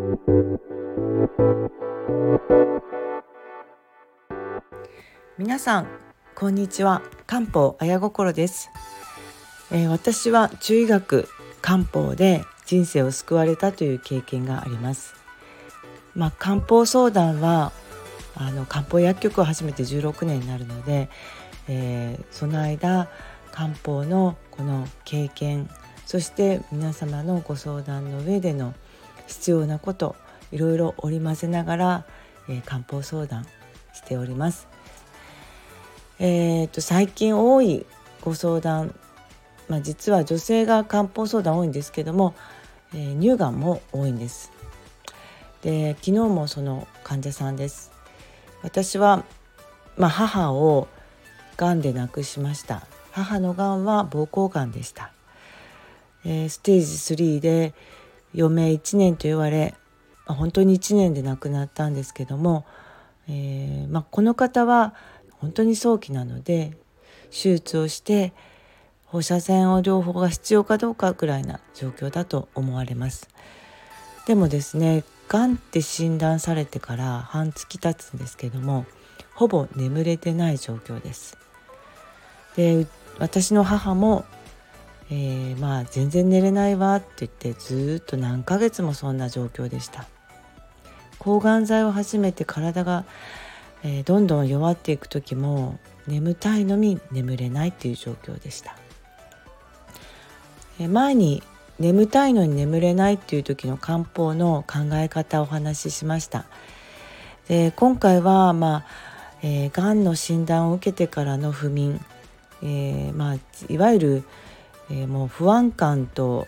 皆さんこんにちは。漢方綾心です。私は中医学漢方で人生を救われたという経験があります。漢方相談は漢方薬局を始めて16年になるので、その間漢方のこの経験、そして皆様のご相談の上での必要なこと、いろいろ織り交ぜながら、漢方相談しております。最近多いご相談、実は女性が漢方相談多いんですけども、乳がんも多いんです。で、昨日もその患者さんです。私は、母をがんで亡くしました。母のがんは膀胱がんでした。ステージ3で余命1年と言われ、本当に1年で亡くなったんですけども、この方は本当に早期なので手術をして放射線療法が必要かどうかくらいな状況だと思われます。でもですね、がんって診断されてから半月経つんですけども、ほぼ眠れてない状況です。で、私の母も、全然寝れないわって言ってずっと何ヶ月もそんな状況でした。抗がん剤を始めて体が、どんどん弱っていく時も眠たいのに眠れないっていう状況でした。前に眠たいのに眠れないっていう時の漢方の考え方をお話ししました。で、今回は、がんの診断を受けてからの不眠、いわゆる、もう不安感と、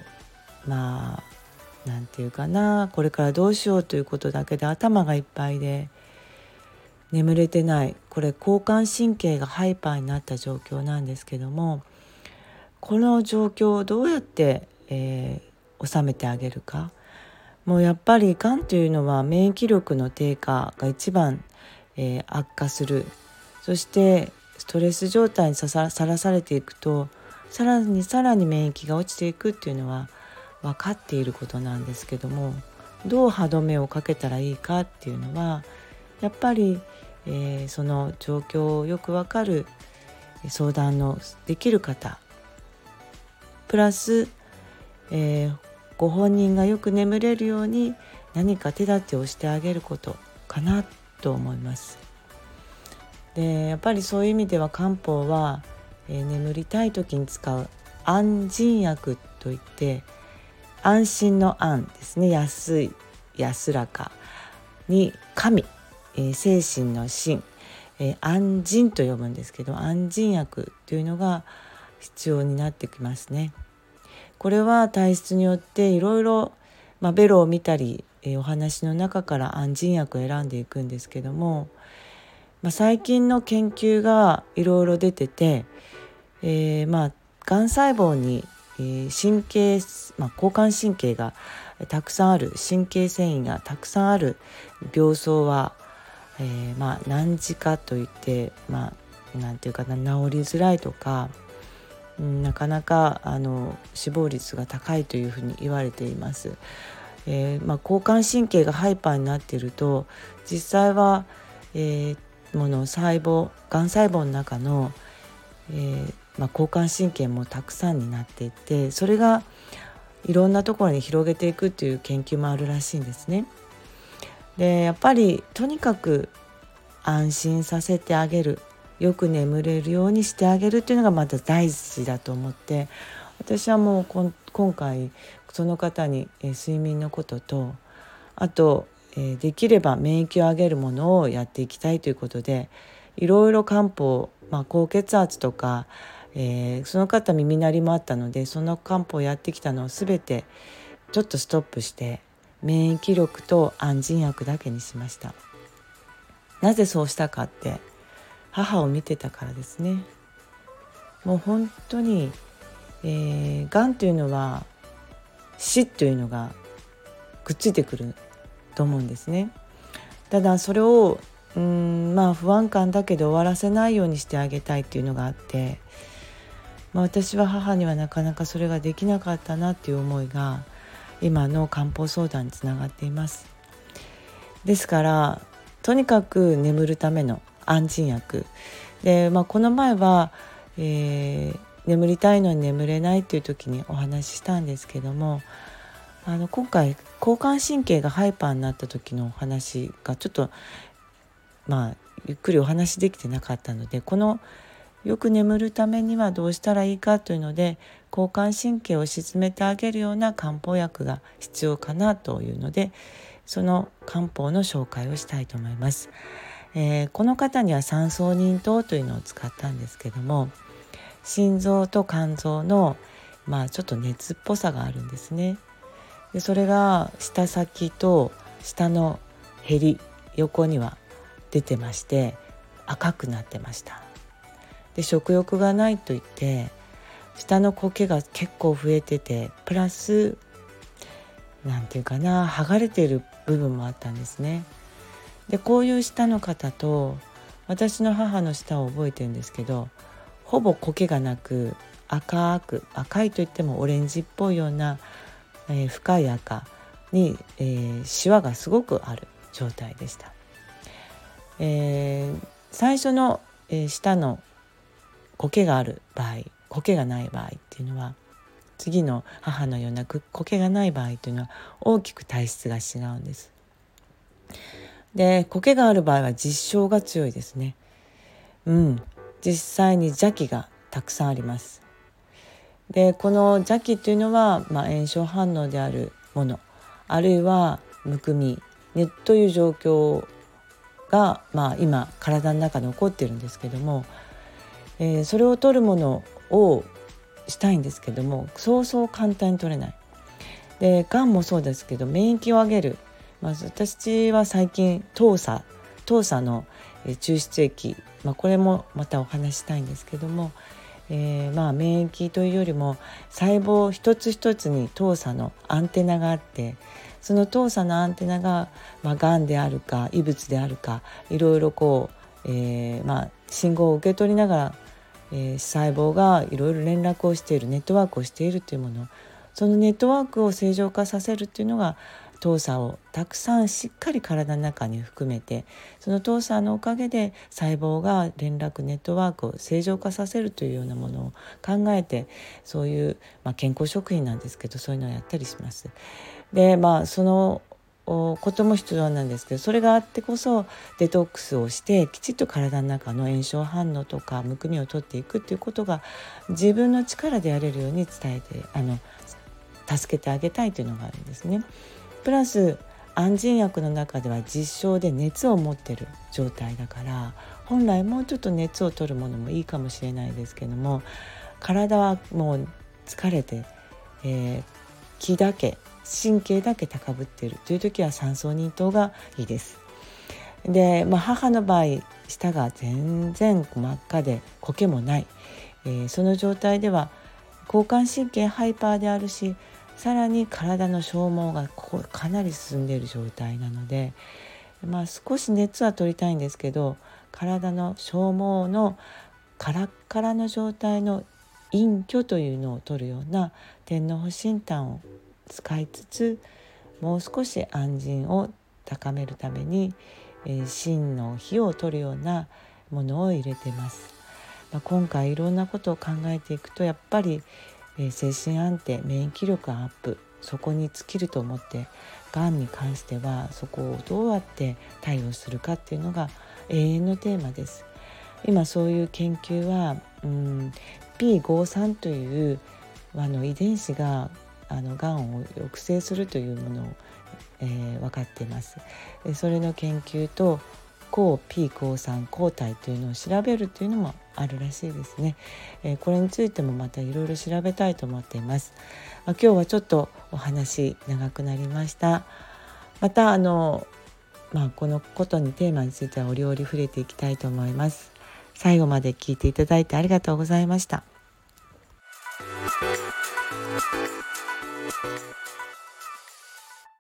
なんていうかな、これからどうしようということだけで頭がいっぱいで眠れてない。これ交感神経がハイパーになった状況なんですけども、この状況をどうやって、収めてあげるか。もうやっぱりがんというのは免疫力の低下が一番、悪化する。そしてストレス状態にさらされていくと、さらに免疫が落ちていくっていうのは分かっていることなんですけども、どう歯止めをかけたらいいかっていうのはやっぱり、その状況をよく分かる相談のできる方プラス、ご本人がよく眠れるように何か手立てをしてあげることかなと思います。で、やっぱりそういう意味では漢方は、眠りたい時に使う安神薬といって、安心の安ですね、安い安らかに神、精神の神、安神と呼ぶんですけど、安神薬というのが必要になってきますね。これは体質によっていろいろ、ベロを見たり、お話の中から安神薬を選んでいくんですけども、最近の研究がいろいろ出てて、がん細胞に、神経、交感神経がたくさんある、神経繊維がたくさんある病巣は、難治かといって、なんていうかな、治りづらいとか、なかなか死亡率が高いというふうに言われています。交感神経がハイパーになっていると、実際は、がん細胞の中の、交感神経もたくさんになっていて、それがいろんなところに広げていくという研究もあるらしいんですね。で、やっぱりとにかく安心させてあげる、よく眠れるようにしてあげるというのがまた大事だと思って、私はもう今回その方に、睡眠のことと、あと、できれば免疫を上げるものをやっていきたいということで、いろいろ漢方、高血圧とか、その方耳鳴りもあったので、その漢方をやってきたのを全てちょっとストップして免疫力と安神薬だけにしました。なぜそうしたかって、母を見てたからですね。もう本当に、がんというのは死というのがくっついてくると思うんですね。ただそれを不安感だけで終わらせないようにしてあげたいっていうのがあって、私は母にはなかなかそれができなかったなっていう思いが今の漢方相談につながっています。ですからとにかく眠るための安心薬で、この前は、眠りたいのに眠れないという時にお話ししたんですけども、今回交感神経がハイパーになった時のお話がちょっとゆっくりお話できてなかったので、このよく眠るためにはどうしたらいいかというので、交感神経を鎮めてあげるような漢方薬が必要かなというので、その漢方の紹介をしたいと思います。この方には三双人湯というのを使ったんですけども、心臓と肝臓のちょっと熱っぽさがあるんですね。でそれが舌先と下のへり横には出てまして、赤くなってました。で食欲がないといって下の苔が結構増えてて、プラス剥がれている部分もあったんですね。でこういう舌の方と私の母の舌を覚えてるんですけど、ほぼ苔がなく赤いといってもオレンジっぽいような、深い赤に、シワがすごくある状態でした。最初の、舌の苔がある場合、苔がない場合っていうのは、次の母のような苔がない場合というのは大きく体質が違うんです。で苔がある場合は実証が強いですね。実際に邪気がたくさんあります。でこの邪気というのは、炎症反応であるもの、あるいはむくみという状況が、今体の中に起こっているんですけども、それを取るものをしたいんですけども、そうそう簡単に取れない。でがんもそうですけど、免疫を上げる、私は最近糖鎖の抽出液、これもまたお話したいんですけども、免疫というよりも細胞一つ一つに糖鎖のアンテナがあって、その糖鎖のアンテナが、がんであるか異物であるか、いろいろ信号を受け取りながら、細胞がいろいろ連絡をしている、ネットワークをしているというもの、そのネットワークを正常化させるというのが糖鎖をたくさんしっかり体の中に含めて、その糖鎖のおかげで細胞が連絡ネットワークを正常化させるというようなものを考えて、そういう、健康食品なんですけど、そういうのをやったりします。でそのことも必要なんですけど、それがあってこそデトックスをしてきちっと体の中の炎症反応とかむくみを取っていくっていうことが自分の力でやれるように伝えて助けてあげたいというのがあるんですね。プラス安心薬の中では実証で熱を持っている状態だから、本来もうちょっと熱を取るものもいいかもしれないですけども、体はもう疲れて、気だけ神経だけ高ぶっているという時は三双人湯がいいです。で、母の場合舌が全然真っ赤で苔もない、その状態では交感神経ハイパーであるし、さらに体の消耗がかなり進んでいる状態なので、少し熱は取りたいんですけど、体の消耗のカラッカラの状態の陰虚というのを取るような天皇保身炭を使いつつ、もう少し安心を高めるために、心の火を取るようなものを入れています。今回いろんなことを考えていくと、やっぱり、精神安定、免疫力アップ、そこに尽きると思って、がんに関してはそこをどうやって対応するかっていうのが永遠のテーマです。今そういう研究は、P53 という遺伝子ががんを抑制するというものを、分かっています。それの研究と抗 P53 抗体というのを調べるというのもあるらしいですね。これについてもまたいろいろ調べたいと思っています。今日はちょっとお話長くなりました。またこのことにテーマについては折々触れていきたいと思います。最後まで聞いていただいてありがとうございました。